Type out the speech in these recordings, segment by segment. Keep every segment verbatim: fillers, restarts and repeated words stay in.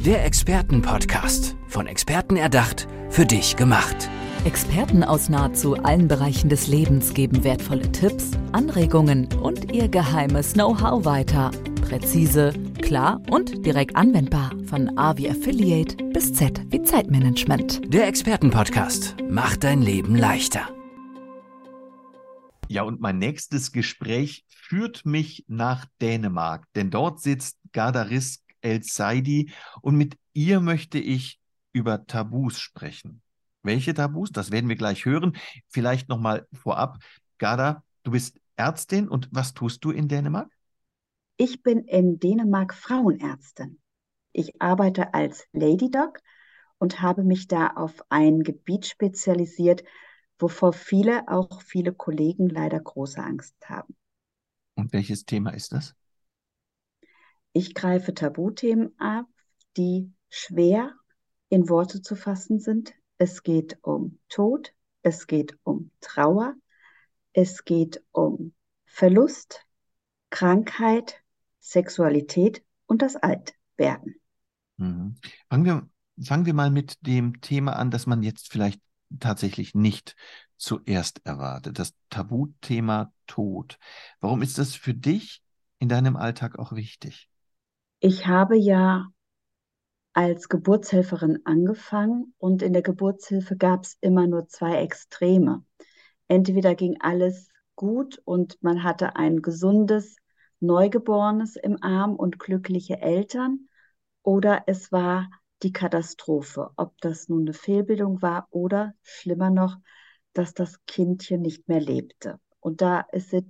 Der Expertenpodcast. Von Experten erdacht, für dich gemacht. Experten aus nahezu allen Bereichen des Lebens geben wertvolle Tipps, Anregungen und ihr geheimes Know-how weiter. Präzise, klar und direkt anwendbar. Von A wie Affiliate bis Z wie Zeitmanagement. Der Expertenpodcast macht dein Leben leichter. Ja, und mein nächstes Gespräch führt mich nach Dänemark, denn dort sitzt Garda Risk El-Saidi und mit ihr möchte ich über Tabus sprechen. Welche Tabus? Das werden wir gleich hören. Vielleicht nochmal vorab. Garda, du bist Ärztin und was tust du in Dänemark? Ich bin in Dänemark Frauenärztin. Ich arbeite als Lady Doc und habe mich da auf ein Gebiet spezialisiert, wovor viele, auch viele Kollegen leider große Angst haben. Und welches Thema ist das? Ich greife Tabuthemen ab, die schwer in Worte zu fassen sind. Es geht um Tod, es geht um Trauer, es geht um Verlust, Krankheit, Sexualität und das Altwerden. Mhm. Fangen wir, fangen wir mal mit dem Thema an, das man jetzt vielleicht tatsächlich nicht zuerst erwartet. Das Tabuthema Tod. Warum ist das für dich in deinem Alltag auch wichtig? Ich habe ja als Geburtshelferin angefangen und in der Geburtshilfe gab es immer nur zwei Extreme. Entweder ging alles gut und man hatte ein gesundes Neugeborenes im Arm und glückliche Eltern, oder es war die Katastrophe, ob das nun eine Fehlbildung war oder schlimmer noch, dass das Kindchen nicht mehr lebte. Und da sind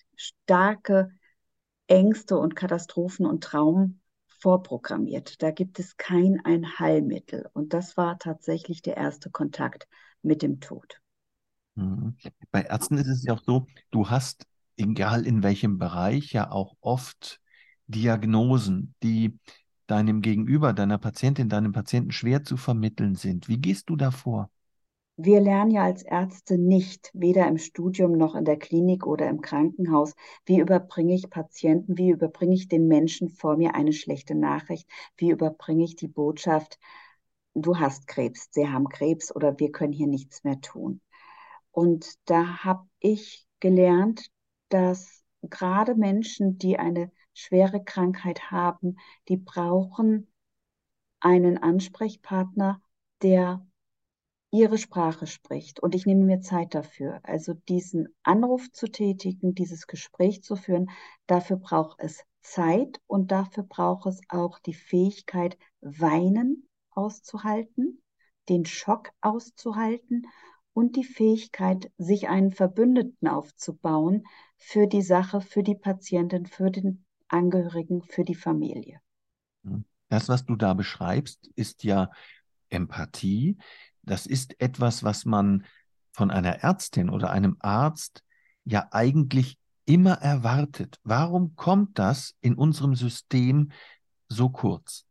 starke Ängste und Katastrophen und Traum vorprogrammiert. Da gibt es kein ein Heilmittel. Und das war tatsächlich der erste Kontakt mit dem Tod. Mhm. Bei Ärzten ist es ja auch so, du hast, egal in welchem Bereich, ja auch oft Diagnosen, die deinem Gegenüber, deiner Patientin, deinem Patienten schwer zu vermitteln sind. Wie gehst du da vor? Wir lernen ja als Ärzte nicht, weder im Studium noch in der Klinik oder im Krankenhaus, wie überbringe ich Patienten, wie überbringe ich den Menschen vor mir eine schlechte Nachricht, wie überbringe ich die Botschaft, du hast Krebs, sie haben Krebs oder wir können hier nichts mehr tun. Und da habe ich gelernt, dass gerade Menschen, die eine schwere Krankheit haben, die brauchen einen Ansprechpartner, der ihre Sprache spricht. Und ich nehme mir Zeit dafür. Also diesen Anruf zu tätigen, dieses Gespräch zu führen, dafür braucht es Zeit und dafür braucht es auch die Fähigkeit, Weinen auszuhalten, den Schock auszuhalten und die Fähigkeit, sich einen Verbündeten aufzubauen für die Sache, für die Patientin, für den Angehörigen, für die Familie. Das, was du da beschreibst, ist ja Empathie. Das ist etwas, was man von einer Ärztin oder einem Arzt ja eigentlich immer erwartet. Warum kommt das in unserem System so kurz?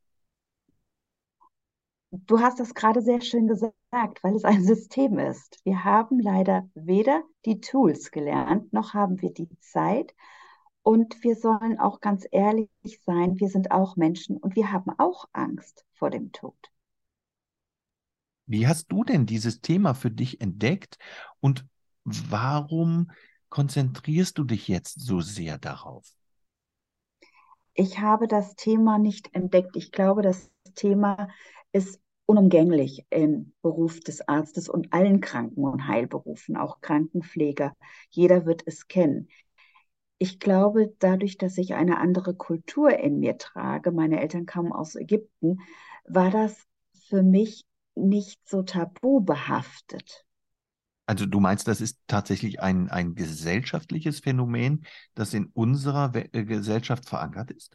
Du hast das gerade sehr schön gesagt, weil es ein System ist. Wir haben leider weder die Tools gelernt, noch haben wir die Zeit. Und wir sollen auch ganz ehrlich sein, wir sind auch Menschen und wir haben auch Angst vor dem Tod. Wie hast du denn dieses Thema für dich entdeckt und warum konzentrierst du dich jetzt so sehr darauf? Ich habe das Thema nicht entdeckt. Ich glaube, das Thema ist unumgänglich im Beruf des Arztes und allen Kranken- und Heilberufen, auch Krankenpfleger. Jeder wird es kennen. Ich glaube, dadurch, dass ich eine andere Kultur in mir trage, meine Eltern kamen aus Ägypten, war das für mich nicht so tabu behaftet. Also du meinst, das ist tatsächlich ein, ein gesellschaftliches Phänomen, das in unserer We äh, Gesellschaft verankert ist?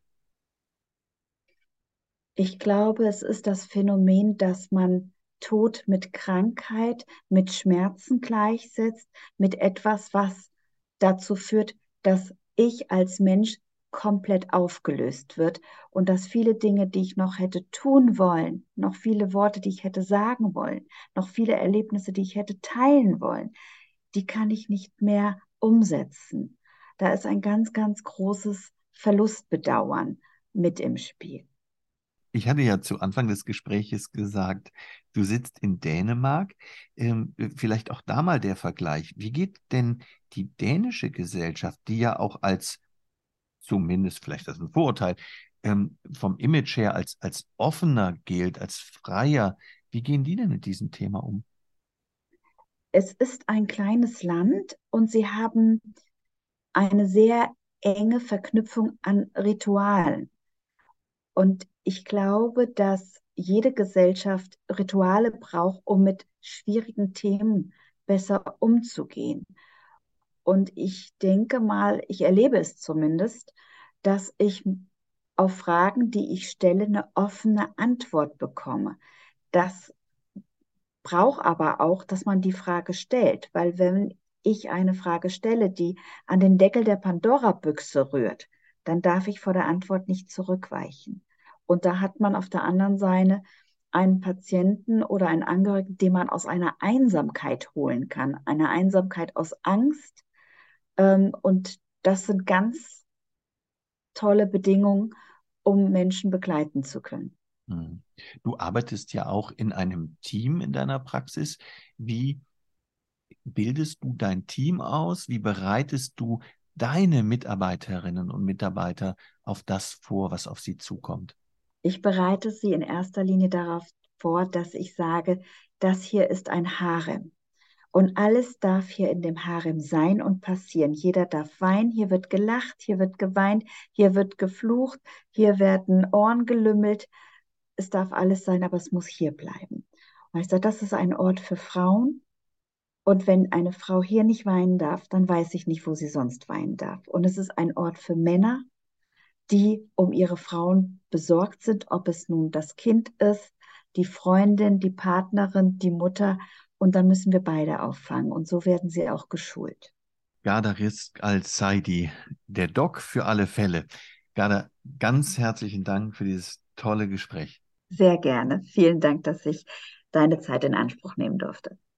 Ich glaube, es ist das Phänomen, dass man Tod mit Krankheit, mit Schmerzen gleichsetzt, mit etwas, was dazu führt, dass ich als Mensch komplett aufgelöst wird und dass viele Dinge, die ich noch hätte tun wollen, noch viele Worte, die ich hätte sagen wollen, noch viele Erlebnisse, die ich hätte teilen wollen, die kann ich nicht mehr umsetzen. Da ist ein ganz, ganz großes Verlustbedauern mit im Spiel. Ich hatte ja zu Anfang des Gespräches gesagt, du sitzt in Dänemark. Ähm, vielleicht auch da mal der Vergleich. Wie geht denn die dänische Gesellschaft, die ja auch als, zumindest vielleicht das ist ein Vorurteil, ähm, vom Image her als, als offener gilt, als freier, wie gehen die denn mit diesem Thema um? Es ist ein kleines Land und sie haben eine sehr enge Verknüpfung an Ritualen. Und ich glaube, dass jede Gesellschaft Rituale braucht, um mit schwierigen Themen besser umzugehen. Und ich denke mal, ich erlebe es zumindest, dass ich auf Fragen, die ich stelle, eine offene Antwort bekomme. Das braucht aber auch, dass man die Frage stellt, weil wenn ich eine Frage stelle, die an den Deckel der Pandora-Büchse rührt, dann darf ich vor der Antwort nicht zurückweichen. Und da hat man auf der anderen Seite einen Patienten oder einen Angehörigen, den man aus einer Einsamkeit holen kann, einer Einsamkeit aus Angst. Ähm, und das sind ganz tolle Bedingungen, um Menschen begleiten zu können. Hm. Du arbeitest ja auch in einem Team in deiner Praxis. Wie bildest du dein Team aus? Wie bereitest du deine Mitarbeiterinnen und Mitarbeiter auf das vor, was auf sie zukommt? Ich bereite sie in erster Linie darauf vor, dass ich sage, das hier ist ein Harem. Und alles darf hier in dem Harem sein und passieren. Jeder darf weinen, hier wird gelacht, hier wird geweint, hier wird geflucht, hier werden Ohren gelümmelt. Es darf alles sein, aber es muss hier bleiben. Und ich sage, das ist ein Ort für Frauen. Und wenn eine Frau hier nicht weinen darf, dann weiß ich nicht, wo sie sonst weinen darf. Und es ist ein Ort für Männer, die um ihre Frauen besorgt sind, ob es nun das Kind ist, die Freundin, die Partnerin, die Mutter. Und dann müssen wir beide auffangen. Und so werden sie auch geschult. Garda Rizk Al-Saidi, der Doc für alle Fälle. Garda, ganz herzlichen Dank für dieses tolle Gespräch. Sehr gerne. Vielen Dank, dass ich deine Zeit in Anspruch nehmen durfte.